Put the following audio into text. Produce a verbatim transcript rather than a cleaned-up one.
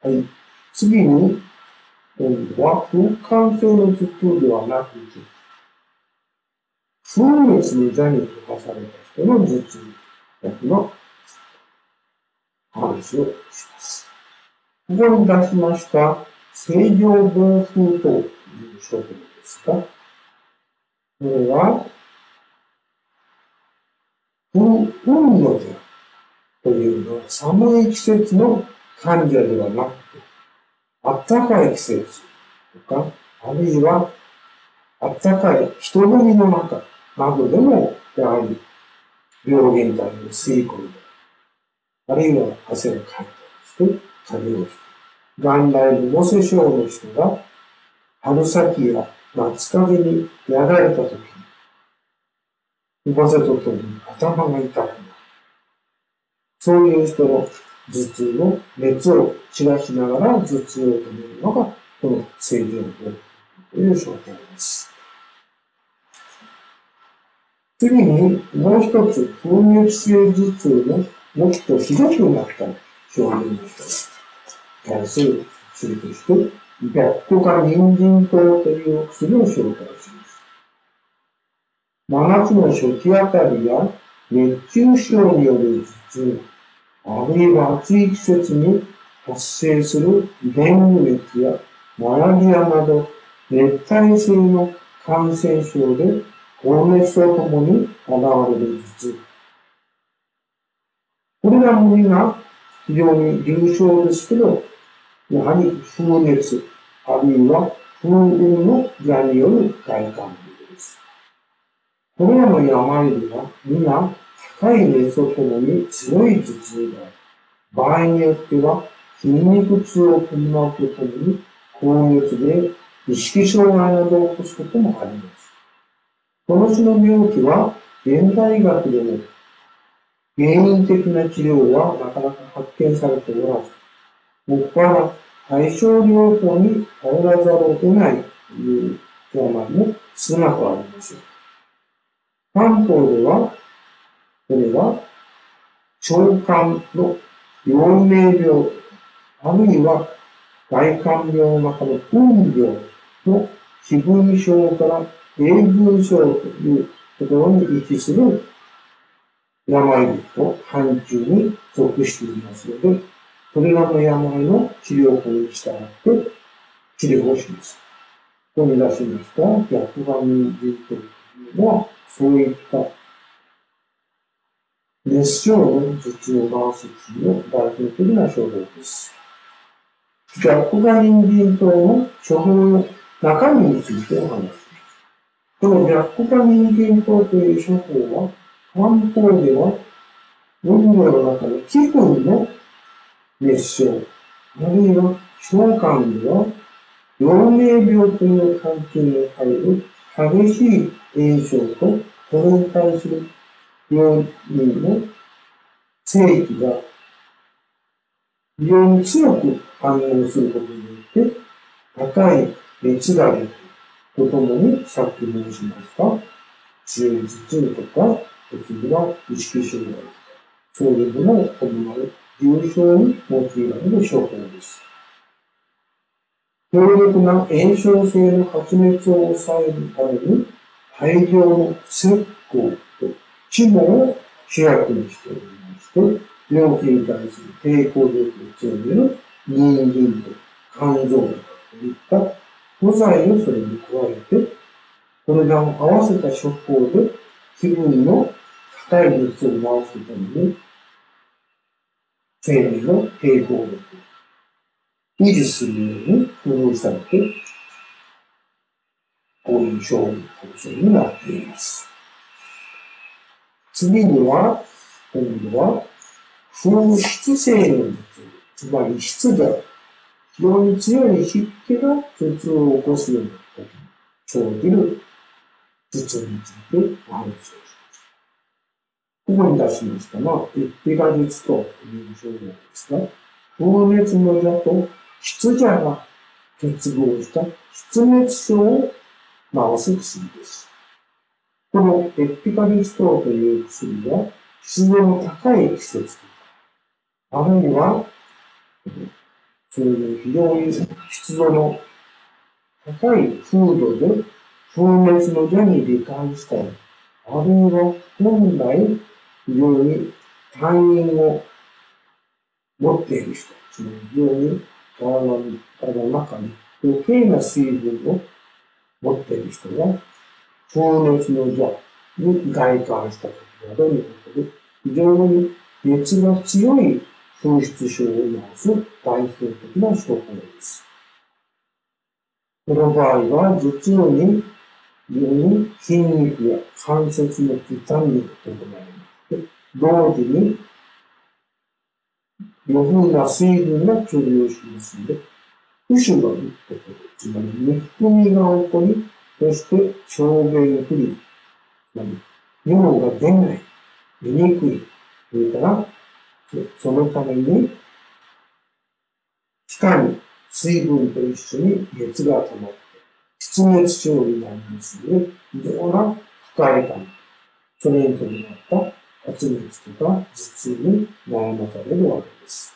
はい。次に、今度は空間性の頭痛ではなくて、風熱に座に溶かされた人の頭痛薬の話をします。ここに出しました、清浄防風湯という処方ですが、これは、運の座というのは寒い季節の患者ではなくて、暖かい季節とか、あるいは暖かい人混みの中などでも、やはり病原体を吸い込んで、あるいは汗をかいたりして風邪をひく。元来ののせ症の人が春先や夏風にやられたときに、風とともに頭が痛くなる。そういう人の頭痛の熱を散らしながら頭痛を止めるのが、この清浄法という処方です。次に、もう一つ、風熱性頭痛のもっとひどくなった症状の人に対する薬として、白虎化人参糖というお薬を紹介します。真夏の初期あたりや熱中症による頭痛、あるいは暑い季節に発生するデング熱やマラリアなど熱帯性の感染症で高熱とともに現れる頭痛。これらも皆非常に重症ですけど、やはり風熱、あるいは風雲の座による大感冒です。これらの病には皆高い熱とともに強い頭痛がある。場合によっては筋肉痛を伴うとともに高熱で意識障害などを起こすこともあります。この種の病気は現代医学でも原因的な治療はなかなか発見されておらず、もっぱら対症療法に頼らざるを得ないという病も少なくありません。漢方では、これは腸管の陽明病、あるいは外感病の中の運病の気分症から英文症というところに位置する病と範疇に属していますので、それらの病の治療法に従って治療をします。ここに出しました逆側人参というのは、そういった熱症の頭痛を治す薬の代表的な処方です。逆側人参糖の処方の中身についてお話します。この逆側人参糖という処方は、漢方では運動の中の気分の熱傷、あるいは小管では陽明病という関係に入る激しい炎症とそれに対する病人の精気が非常に強く反応することによって高い熱が出るとともに、さっき申しました強い頭痛とか、時には意識障害とか、そういうものを伴う重症に用いられる処方です。強力な炎症性の発熱を抑えるために、大量の石膏と肝を主役にしておりまして、病気に対する抵抗力を強める人参と肝臓といった補剤をそれに加えて、これらを合わせた処方で気分の高い熱を治すために、生命の抵抗力を維持するように工夫されて、こういう症状構成になっています。次には、今度は、風湿性の頭痛、つまり湿が非常に強い湿気が頭痛を起こすような時に生じる頭痛についてお話をします。ここに出しましたのは、エピガリツという症状ですが、風熱の邪と湿邪が結合した湿熱症を治す薬です。このエピカリストという薬は、湿度の高い季節とか、あるいは、 それで非常に湿度の高い風土で風熱の邪に理解したり、あるいは本来非常に単陰を持っている人、つまり非常に体の体の中に余計な水分を持っている人が風熱の邪に外観した時などにおける非常に熱が強い風湿症を治す代表的な処方です。この場合は頭痛に非常に筋肉や関節の痛みを伴いまして、同時に余分な水分が許容しますので、浮腫が打ってくる。つまり、むくみが起こり、そして小便不利。つまり、尿が出ない。出にくい。それから、そのために、気管に水分と一緒に熱が溜まって、湿熱症になりますので、非常な不快感。それに伴った発熱とか頭痛に悩まされるわけです。